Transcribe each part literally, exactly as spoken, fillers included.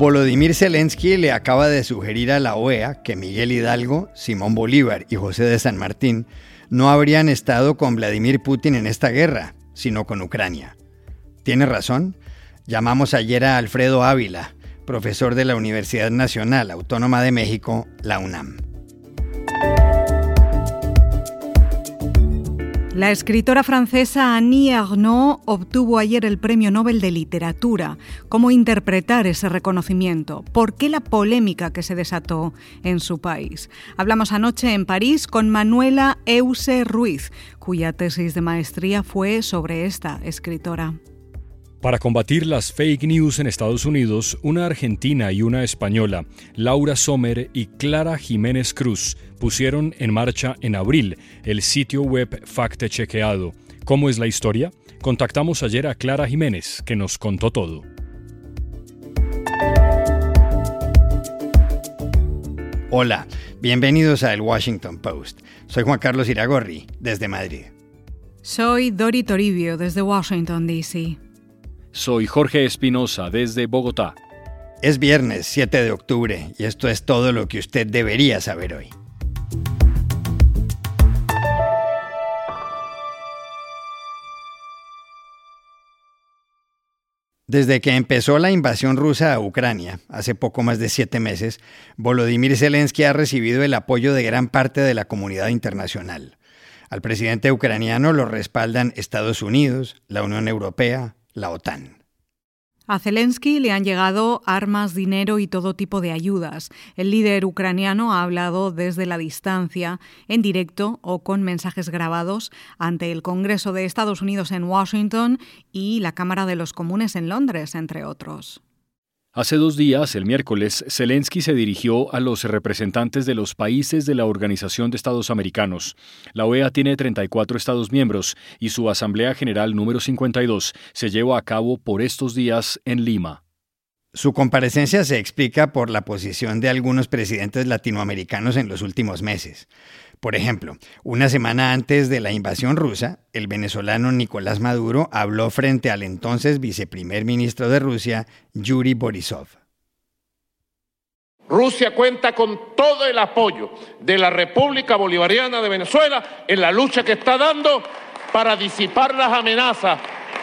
Volodymyr Zelensky le acaba de sugerir a la O E A que Miguel Hidalgo, Simón Bolívar y José de San Martín no habrían estado con Vladimir Putin en esta guerra, sino con Ucrania. ¿Tiene razón? Llamamos ayer a Alfredo Ávila, profesor de la Universidad Nacional Autónoma de México, la UNAM. La escritora francesa Annie Ernaux obtuvo ayer el Premio Nobel de Literatura. ¿Cómo interpretar ese reconocimiento? ¿Por qué la polémica que se desató en su país? Hablamos anoche en París con Manuela Euse Ruiz, cuya tesis de maestría fue sobre esta escritora. Para combatir las fake news en Estados Unidos, una argentina y una española, Laura Sommer y Clara Jiménez Cruz, pusieron en marcha en abril el sitio web Facte Chequeado. ¿Cómo es la historia? Contactamos ayer a Clara Jiménez, que nos contó todo. Hola, bienvenidos a El Washington Post. Soy Juan Carlos Iragorri, desde Madrid. Soy Dori Toribio, desde Washington, D C Soy Jorge Espinosa, desde Bogotá. Es viernes siete de octubre y esto es todo lo que usted debería saber hoy. Desde que empezó la invasión rusa a Ucrania, hace poco más de siete meses, Volodymyr Zelensky ha recibido el apoyo de gran parte de la comunidad internacional. Al presidente ucraniano lo respaldan Estados Unidos, la Unión Europea, la OTAN. A Zelensky le han llegado armas, dinero y todo tipo de ayudas. El líder ucraniano ha hablado desde la distancia, en directo o con mensajes grabados ante el Congreso de Estados Unidos en Washington y la Cámara de los Comunes en Londres, entre otros. Hace dos días, el miércoles, Zelensky se dirigió a los representantes de los países de la Organización de Estados Americanos. La O E A tiene treinta y cuatro Estados miembros y su Asamblea General número cincuenta y dos se lleva a cabo por estos días en Lima. Su comparecencia se explica por la posición de algunos presidentes latinoamericanos en los últimos meses. Por ejemplo, una semana antes de la invasión rusa, el venezolano Nicolás Maduro habló frente al entonces viceprimer ministro de Rusia, Yuri Borisov. Rusia cuenta con todo el apoyo de la República Bolivariana de Venezuela en la lucha que está dando para disipar las amenazas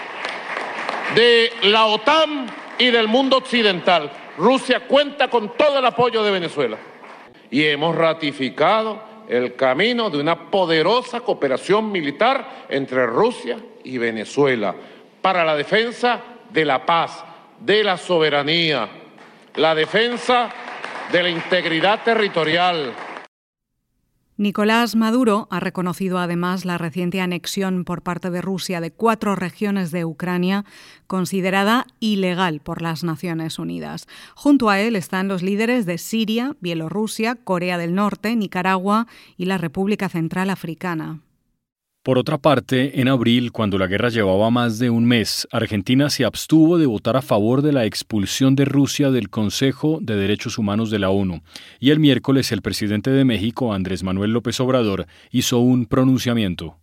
de la OTAN y del mundo occidental. Rusia cuenta con todo el apoyo de Venezuela. Y hemos ratificado el camino de una poderosa cooperación militar entre Rusia y Venezuela para la defensa de la paz, de la soberanía, la defensa de la integridad territorial. Nicolás Maduro ha reconocido además la reciente anexión por parte de Rusia de cuatro regiones de Ucrania, considerada ilegal por las Naciones Unidas. Junto a él están los líderes de Siria, Bielorrusia, Corea del Norte, Nicaragua y la República Central Africana. Por otra parte, en abril, cuando la guerra llevaba más de un mes, Argentina se abstuvo de votar a favor de la expulsión de Rusia del Consejo de Derechos Humanos de la ONU. Y el miércoles, el presidente de México, Andrés Manuel López Obrador, hizo un pronunciamiento.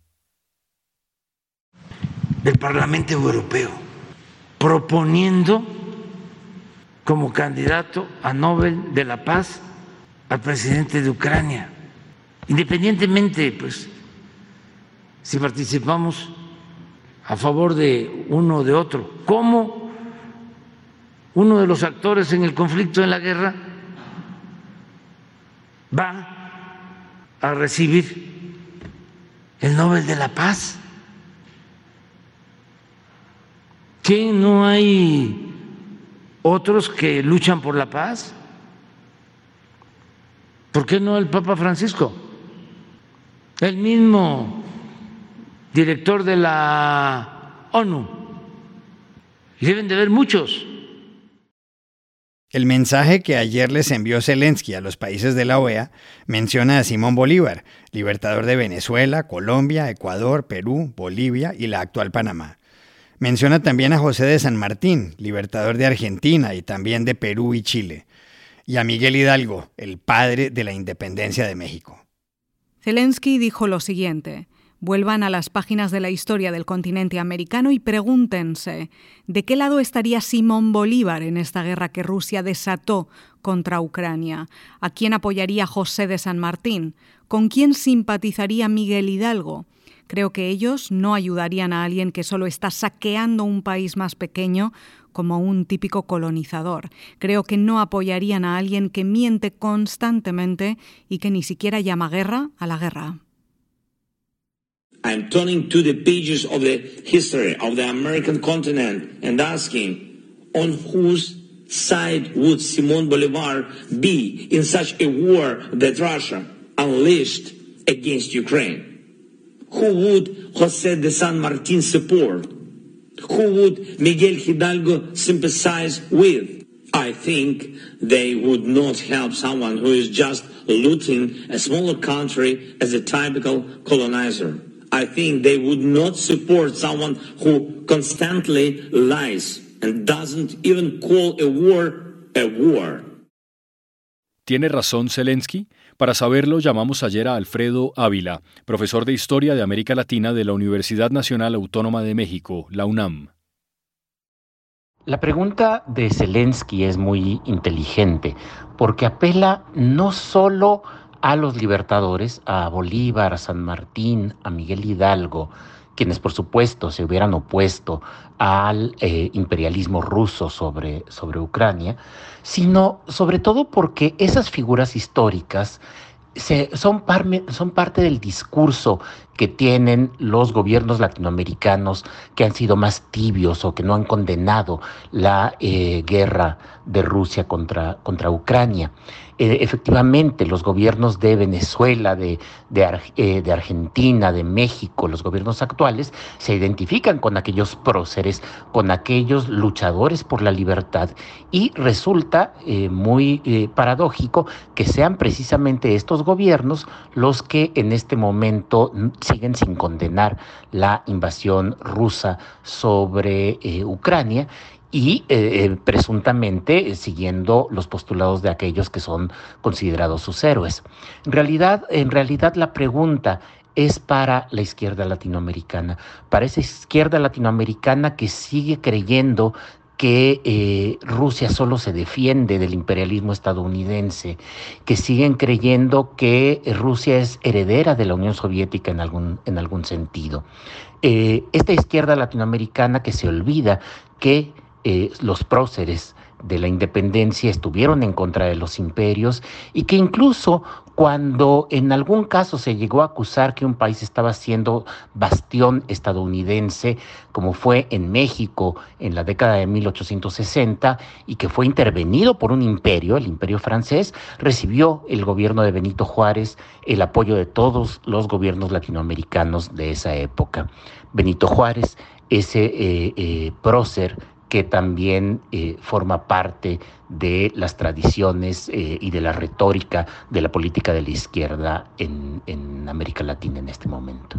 Del Parlamento Europeo, proponiendo como candidato a Nobel de la Paz al presidente de Ucrania, independientemente, pues, si participamos a favor de uno o de otro, como uno de los actores en el conflicto, en la guerra, va a recibir el Nobel de la Paz. ¿Qué, no hay otros que luchan por la paz? ¿Por qué no el Papa Francisco? El mismo director de la ONU. Y deben de haber muchos. El mensaje que ayer les envió Zelensky a los países de la O E A menciona a Simón Bolívar, libertador de Venezuela, Colombia, Ecuador, Perú, Bolivia y la actual Panamá. Menciona también a José de San Martín, libertador de Argentina y también de Perú y Chile. Y a Miguel Hidalgo, el padre de la independencia de México. Zelensky dijo lo siguiente: Vuelvan a las páginas de la historia del continente americano y pregúntense ¿de qué lado estaría Simón Bolívar en esta guerra que Rusia desató contra Ucrania? ¿A quién apoyaría José de San Martín? ¿Con quién simpatizaría Miguel Hidalgo? Creo que ellos no ayudarían a alguien que solo está saqueando un país más pequeño como un típico colonizador. Creo que no apoyarían a alguien que miente constantemente y que ni siquiera llama guerra a la guerra. I'm turning to the pages of the history of the American continent and asking, on whose side would Simón Bolívar be in such a war that Russia unleashed against Ukraine? Who would José de San Martín support? Who would Miguel Hidalgo sympathize with? I think they would not help someone who is just looting a smaller country as a typical colonizer. I think they would not support someone who constantly lies and doesn't even call a war a war. ¿Tiene razón Zelensky? Para saberlo llamamos ayer a Alfredo Ávila, profesor de Historia de América Latina de la Universidad Nacional Autónoma de México, la UNAM. La pregunta de Zelensky es muy inteligente porque apela no solo a los libertadores, a Bolívar, a San Martín, a Miguel Hidalgo, quienes por supuesto se hubieran opuesto al eh, imperialismo ruso sobre, sobre Ucrania, sino sobre todo porque esas figuras históricas se, son, par, son parte del discurso que tienen los gobiernos latinoamericanos que han sido más tibios o que no han condenado la eh, guerra de Rusia contra, contra Ucrania. Eh, efectivamente, los gobiernos de Venezuela, de, de, eh, de Argentina, de México, los gobiernos actuales, se identifican con aquellos próceres, con aquellos luchadores por la libertad, y resulta eh, muy eh, paradójico que sean precisamente estos gobiernos los que en este momento siguen sin condenar la invasión rusa sobre eh, Ucrania, y eh, presuntamente eh, siguiendo los postulados de aquellos que son considerados sus héroes. En realidad, en realidad la pregunta es para la izquierda latinoamericana, para esa izquierda latinoamericana que sigue creyendo que eh, Rusia solo se defiende del imperialismo estadounidense, que siguen creyendo que Rusia es heredera de la Unión Soviética en algún, en algún sentido. Eh, esta izquierda latinoamericana que se olvida que Eh, los próceres de la independencia estuvieron en contra de los imperios y que incluso cuando en algún caso se llegó a acusar que un país estaba siendo bastión estadounidense, como fue en México en la década de mil ochocientos sesenta, y que fue intervenido por un imperio, el imperio francés, recibió el gobierno de Benito Juárez el apoyo de todos los gobiernos latinoamericanos de esa época. Benito Juárez, ese eh, eh, prócer que también eh, forma parte de las tradiciones eh, y de la retórica de la política de la izquierda en, en América Latina en este momento.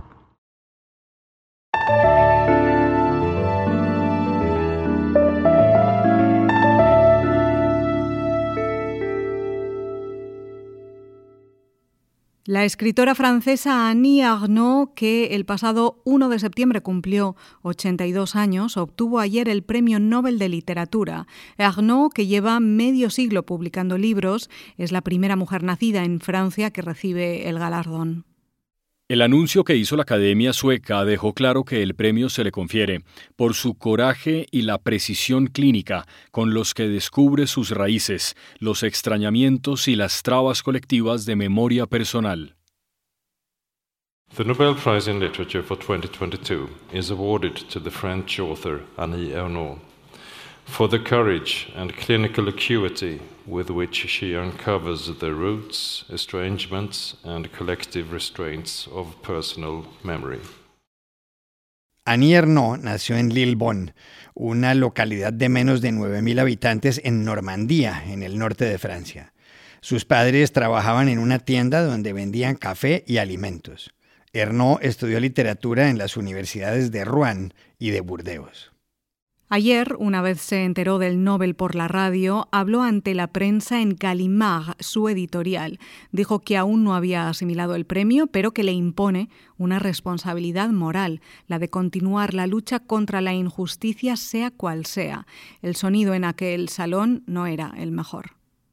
La escritora francesa Annie Ernaux, que el pasado uno de septiembre cumplió ochenta y dos años, obtuvo ayer el Premio Nobel de Literatura. Ernaux, que lleva medio siglo publicando libros, es la primera mujer nacida en Francia que recibe el galardón. El anuncio que hizo la Academia Sueca dejó claro que el premio se le confiere por su coraje y la precisión clínica con los que descubre sus raíces, los extrañamientos y las trabas colectivas de memoria personal. The Nobel Prize in Literature for twenty twenty-two is awarded to the French author Annie Ernaux for the courage and clinical acuity with which she uncovers the roots, estrangements, and collective restraints of personal memory. Annie Ernaux nació en Lillebonne, una localidad de menos de nueve mil habitantes en Normandía, en el norte de Francia. Sus padres trabajaban en una tienda donde vendían café y alimentos. Ernaux estudió literatura en las universidades de Rouen y de Burdeos. Ayer, una vez se enteró del Nobel por la radio, habló ante la prensa en Gallimard, su editorial. Dijo que aún no había asimilado el premio, pero que le impone una responsabilidad moral, la de continuar la lucha contra la injusticia sea cual sea. El sonido en aquel salón no era el mejor.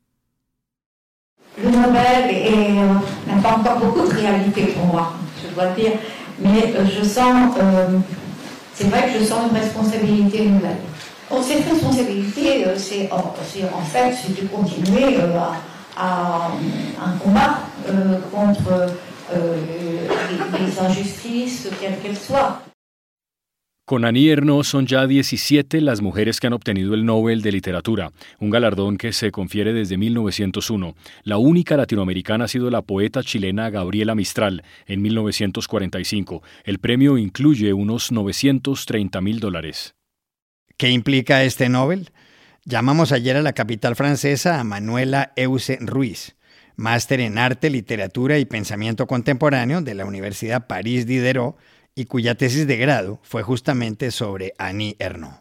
Le Nobel est, n'a pas encore beaucoup de réalité pour moi, je dois dire, mais je sens... Euh... C'est vrai que je sens une responsabilité nouvelle. Oh, cette responsabilité, c'est en, c'est, en fait, c'est de continuer euh, à, à un combat euh, contre euh, les, les injustices, quelles qu'elles soient. Con Annie Ernaux son ya diecisiete las mujeres que han obtenido el Nobel de Literatura, un galardón que se confiere desde mil novecientos uno. La única latinoamericana ha sido la poeta chilena Gabriela Mistral en mil novecientos cuarenta y cinco. El premio incluye unos novecientos treinta mil dólares. ¿Qué implica este Nobel? Llamamos ayer a la capital francesa a Manuela Euse Ruiz, máster en Arte, Literatura y Pensamiento Contemporáneo de la Universidad Paris Diderot, y cuya tesis de grado fue justamente sobre Annie Ernaux.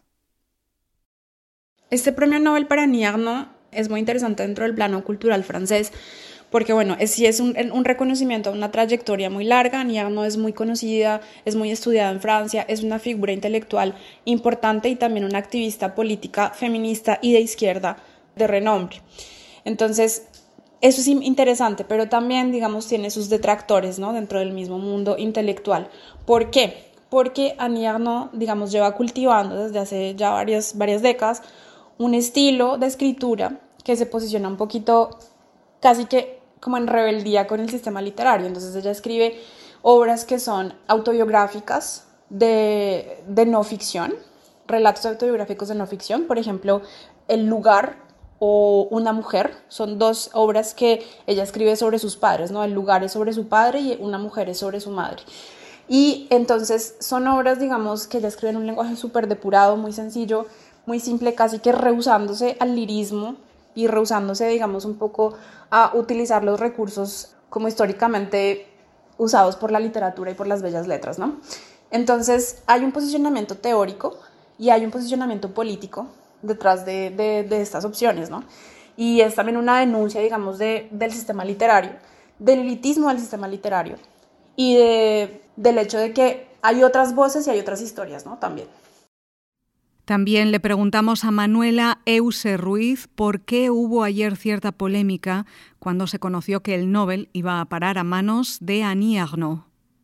Este premio Nobel para Annie Ernaux es muy interesante dentro del plano cultural francés, porque bueno, es, sí es un, un reconocimiento a una trayectoria muy larga. Annie Ernaux es muy conocida, es muy estudiada en Francia, es una figura intelectual importante y también una activista política feminista y de izquierda de renombre. Entonces, eso es interesante, pero también, digamos, tiene sus detractores, ¿no?, dentro del mismo mundo intelectual. ¿Por qué? Porque Annie Ernaux, digamos, lleva cultivando desde hace ya varias, varias décadas un estilo de escritura que se posiciona un poquito casi que como en rebeldía con el sistema literario. Entonces ella escribe obras que son autobiográficas de, de no ficción, relatos autobiográficos de no ficción, por ejemplo, El lugar o Una mujer, son dos obras que ella escribe sobre sus padres, ¿no? El lugar es sobre su padre y Una mujer es sobre su madre. Y entonces son obras, digamos, que ella escribe en un lenguaje súper depurado, muy sencillo, muy simple, casi que rehusándose al lirismo y rehusándose, digamos, un poco a utilizar los recursos como históricamente usados por la literatura y por las bellas letras, ¿no? Entonces hay un posicionamiento teórico y hay un posicionamiento político detrás de, de, de estas opciones, ¿no? Y es también una denuncia, digamos, de, del sistema literario, del elitismo del sistema literario y de, del hecho de que hay otras voces y hay otras historias, ¿no?, también. También le preguntamos a Manuela Euse Ruiz por qué hubo ayer cierta polémica cuando se conoció que el Nobel iba a parar a manos de Annie Ernaux.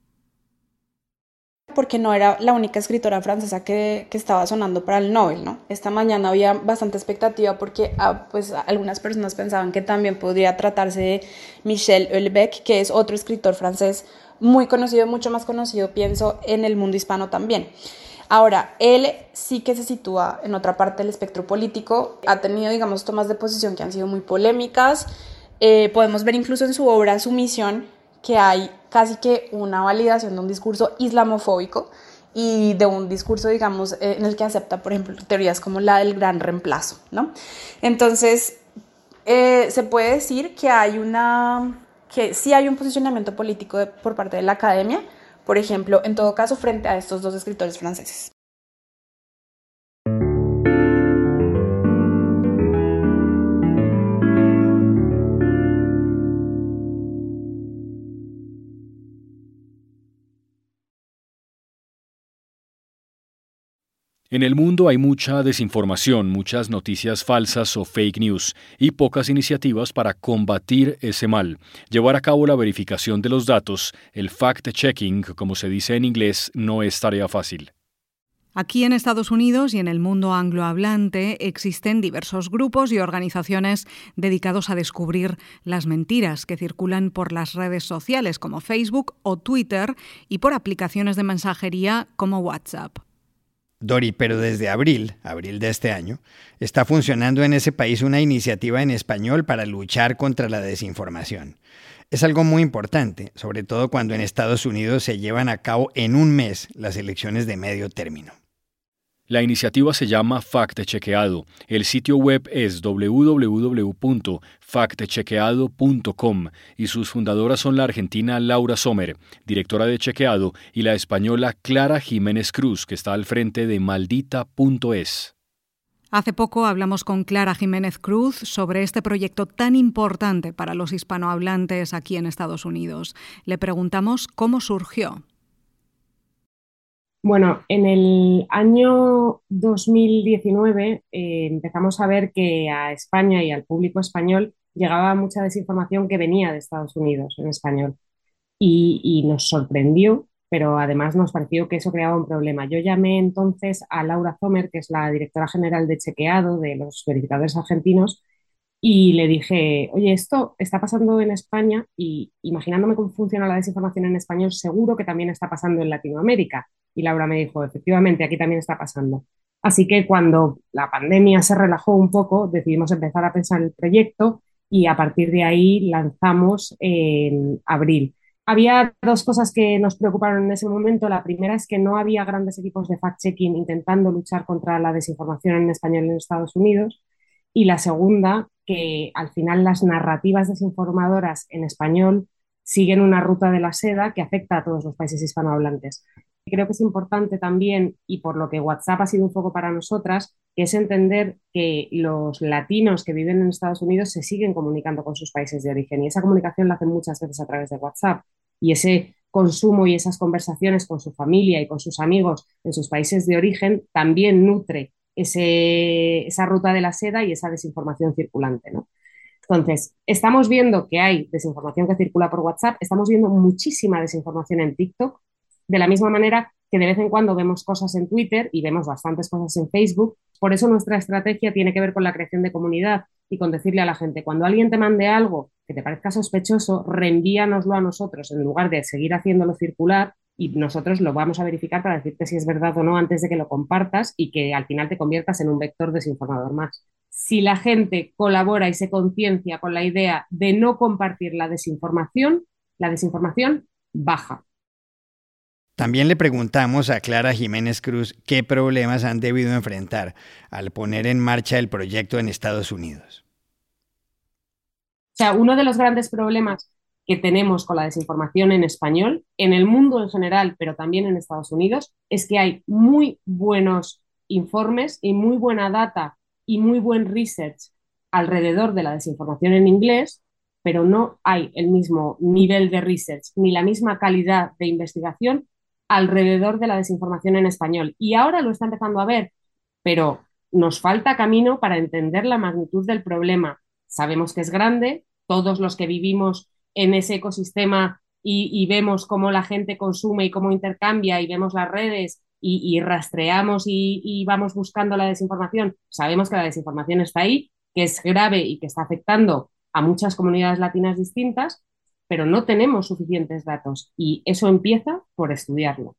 Porque no era la única escritora francesa que, que estaba sonando para el Nobel, ¿no? Esta mañana había bastante expectativa porque ah, pues, algunas personas pensaban que también podría tratarse de Michel Houellebecq, que es otro escritor francés muy conocido, mucho más conocido, pienso, en el mundo hispano también. Ahora, él sí que se sitúa en otra parte del espectro político, ha tenido, digamos, tomas de posición que han sido muy polémicas. Eh, podemos ver incluso en su obra Sumisión que hay casi que una validación de un discurso islamofóbico y de un discurso, digamos, eh, en el que acepta, por ejemplo, teorías como la del gran reemplazo, ¿no? Entonces, eh, se puede decir que hay una, que sí hay un posicionamiento político de, por parte de la academia, por ejemplo, en todo caso, frente a estos dos escritores franceses. En el mundo hay mucha desinformación, muchas noticias falsas o fake news y pocas iniciativas para combatir ese mal. Llevar a cabo la verificación de los datos, el fact-checking, como se dice en inglés, no es tarea fácil. Aquí en Estados Unidos y en el mundo anglohablante existen diversos grupos y organizaciones dedicados a descubrir las mentiras que circulan por las redes sociales como Facebook o Twitter y por aplicaciones de mensajería como WhatsApp. Dori, pero desde abril, abril de este año, está funcionando en ese país una iniciativa en español para luchar contra la desinformación. Es algo muy importante, sobre todo cuando en Estados Unidos se llevan a cabo en un mes las elecciones de medio término. La iniciativa se llama Factchequeado. El sitio web es doble u doble u doble u punto factchequeado punto com y sus fundadoras son la argentina Laura Sommer, directora de Chequeado, y la española Clara Jiménez Cruz, que está al frente de maldita punto es. Hace poco hablamos con Clara Jiménez Cruz sobre este proyecto tan importante para los hispanohablantes aquí en Estados Unidos. Le preguntamos cómo surgió. Bueno, en el año dos mil diecinueve eh, empezamos a ver que a España y al público español llegaba mucha desinformación que venía de Estados Unidos en español y, y nos sorprendió, pero además nos pareció que eso creaba un problema. Yo llamé entonces a Laura Sommer, que es la directora general de Chequeado, de los verificadores argentinos, y le dije, oye, esto está pasando en España y imaginándome cómo funciona la desinformación en español, seguro que también está pasando en Latinoamérica. Y Laura me dijo, efectivamente, aquí también está pasando. Así que cuando la pandemia se relajó un poco, decidimos empezar a pensar el proyecto y a partir de ahí lanzamos en abril. Había dos cosas que nos preocuparon en ese momento. La primera es que no había grandes equipos de fact-checking intentando luchar contra la desinformación en español en Estados Unidos. Y la segunda, que al final las narrativas desinformadoras en español siguen una ruta de la seda que afecta a todos los países hispanohablantes. Creo que es importante también, y por lo que WhatsApp ha sido un foco para nosotras, que es entender que los latinos que viven en Estados Unidos se siguen comunicando con sus países de origen y esa comunicación la hacen muchas veces a través de WhatsApp. Y ese consumo y esas conversaciones con su familia y con sus amigos en sus países de origen también nutre ese, esa ruta de la seda y esa desinformación circulante, ¿no? Entonces, estamos viendo que hay desinformación que circula por WhatsApp, estamos viendo muchísima desinformación en TikTok, de la misma manera que de vez en cuando vemos cosas en Twitter y vemos bastantes cosas en Facebook. Por eso nuestra estrategia tiene que ver con la creación de comunidad y con decirle a la gente, cuando alguien te mande algo que te parezca sospechoso, reenvíanoslo a nosotros en lugar de seguir haciéndolo circular y nosotros lo vamos a verificar para decirte si es verdad o no antes de que lo compartas y que al final te conviertas en un vector desinformador más. Si la gente colabora y se conciencia con la idea de no compartir la desinformación, la desinformación baja. También le preguntamos a Clara Jiménez Cruz qué problemas han debido enfrentar al poner en marcha el proyecto en Estados Unidos. O sea, uno de los grandes problemas que tenemos con la desinformación en español, en el mundo en general, pero también en Estados Unidos, es que hay muy buenos informes y muy buena data y muy buen research alrededor de la desinformación en inglés, pero no hay el mismo nivel de research ni la misma calidad de investigación alrededor de la desinformación en español. Y ahora lo está empezando a ver, pero nos falta camino para entender la magnitud del problema. Sabemos que es grande, todos los que vivimos en ese ecosistema y, y vemos cómo la gente consume y cómo intercambia y vemos las redes y, y rastreamos y, y vamos buscando la desinformación, sabemos que la desinformación está ahí, que es grave y que está afectando a muchas comunidades latinas distintas, pero no tenemos suficientes datos y eso empieza por estudiarlo.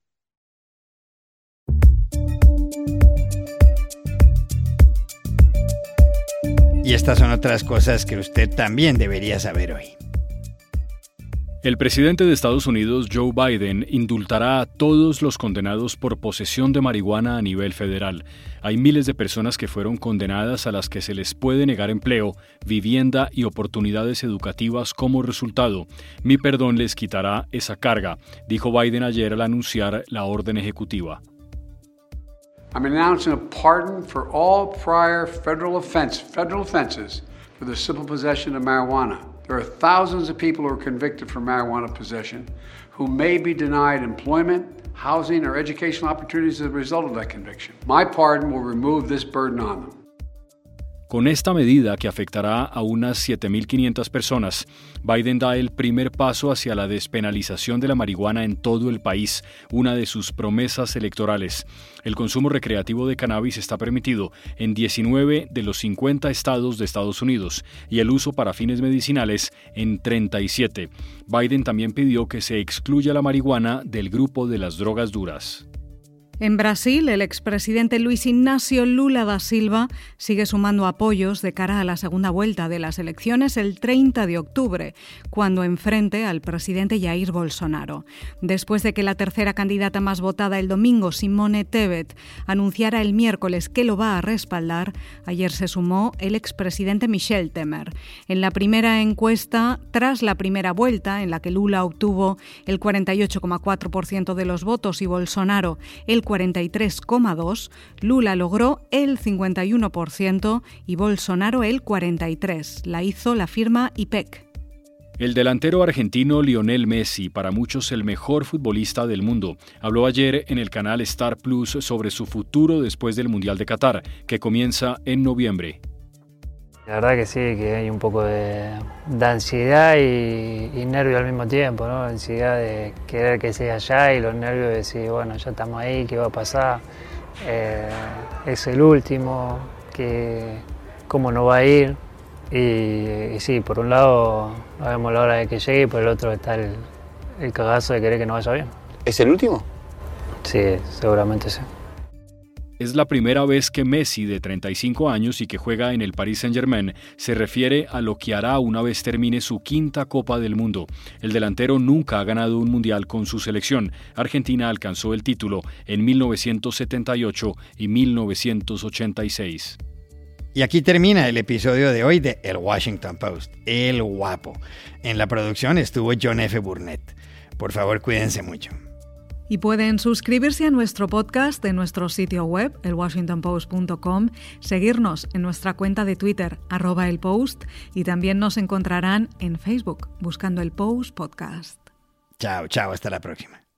Y estas son otras cosas que usted también debería saber hoy. El presidente de Estados Unidos, Joe Biden, indultará a todos los condenados por posesión de marihuana a nivel federal. Hay miles de personas que fueron condenadas a las que se les puede negar empleo, vivienda y oportunidades educativas como resultado. Mi perdón les quitará esa carga, dijo Biden ayer al anunciar la orden ejecutiva. I'm announcing a pardon for all prior federal offense, federal offenses for the simple possession of marijuana. There are thousands of people who are convicted for marijuana possession who may be denied employment, housing, or educational opportunities as a result of that conviction. My pardon will remove this burden on them. Con esta medida, que afectará a unas siete mil quinientas personas, Biden da el primer paso hacia la despenalización de la marihuana en todo el país, una de sus promesas electorales. El consumo recreativo de cannabis está permitido en diecinueve de los cincuenta estados de Estados Unidos y el uso para fines medicinales en treinta y siete. Biden también pidió que se excluya la marihuana del grupo de las drogas duras. En Brasil, el expresidente Luis Ignacio Lula da Silva sigue sumando apoyos de cara a la segunda vuelta de las elecciones el treinta de octubre, cuando enfrente al presidente Jair Bolsonaro. Después de que la tercera candidata más votada el domingo, Simone Tebet, anunciara el miércoles que lo va a respaldar, ayer se sumó el expresidente Michel Temer. En la primera encuesta, tras la primera vuelta, en la que Lula obtuvo el cuarenta y ocho coma cuatro por ciento de los votos y Bolsonaro el cuarenta y tres coma dos por ciento, Lula logró el cincuenta y uno por ciento y Bolsonaro el cuarenta y tres por ciento. La hizo la firma I P E C. El delantero argentino Lionel Messi, para muchos el mejor futbolista del mundo, habló ayer en el canal Star Plus sobre su futuro después del Mundial de Qatar, que comienza en noviembre. La verdad que sí, que hay un poco de, de ansiedad y, y nervio al mismo tiempo, ¿no? Ansiedad de querer que sea allá y los nervios de decir, bueno, ya estamos ahí, ¿qué va a pasar? Eh, es el último, que, ¿cómo no va a ir? Y, y sí, por un lado no vemos la hora de que llegue y por el otro está el, el cagazo de querer que no vaya bien. ¿Es el último? Sí, seguramente sí. Es la primera vez que Messi, de treinta y cinco años y que juega en el Paris Saint-Germain, se refiere a lo que hará una vez termine su quinta Copa del Mundo. El delantero nunca ha ganado un mundial con su selección. Argentina alcanzó el título en mil novecientos setenta y ocho y mil novecientos ochenta y seis. Y aquí termina el episodio de hoy de El Washington Post, El Guapo. En la producción estuvo John F. Burnett. Por favor, cuídense mucho. Y pueden suscribirse a nuestro podcast en nuestro sitio web, el washington post punto com, seguirnos en nuestra cuenta de Twitter, arroba el Post, y también nos encontrarán en Facebook, buscando el Post Podcast. Chao, chao, hasta la próxima.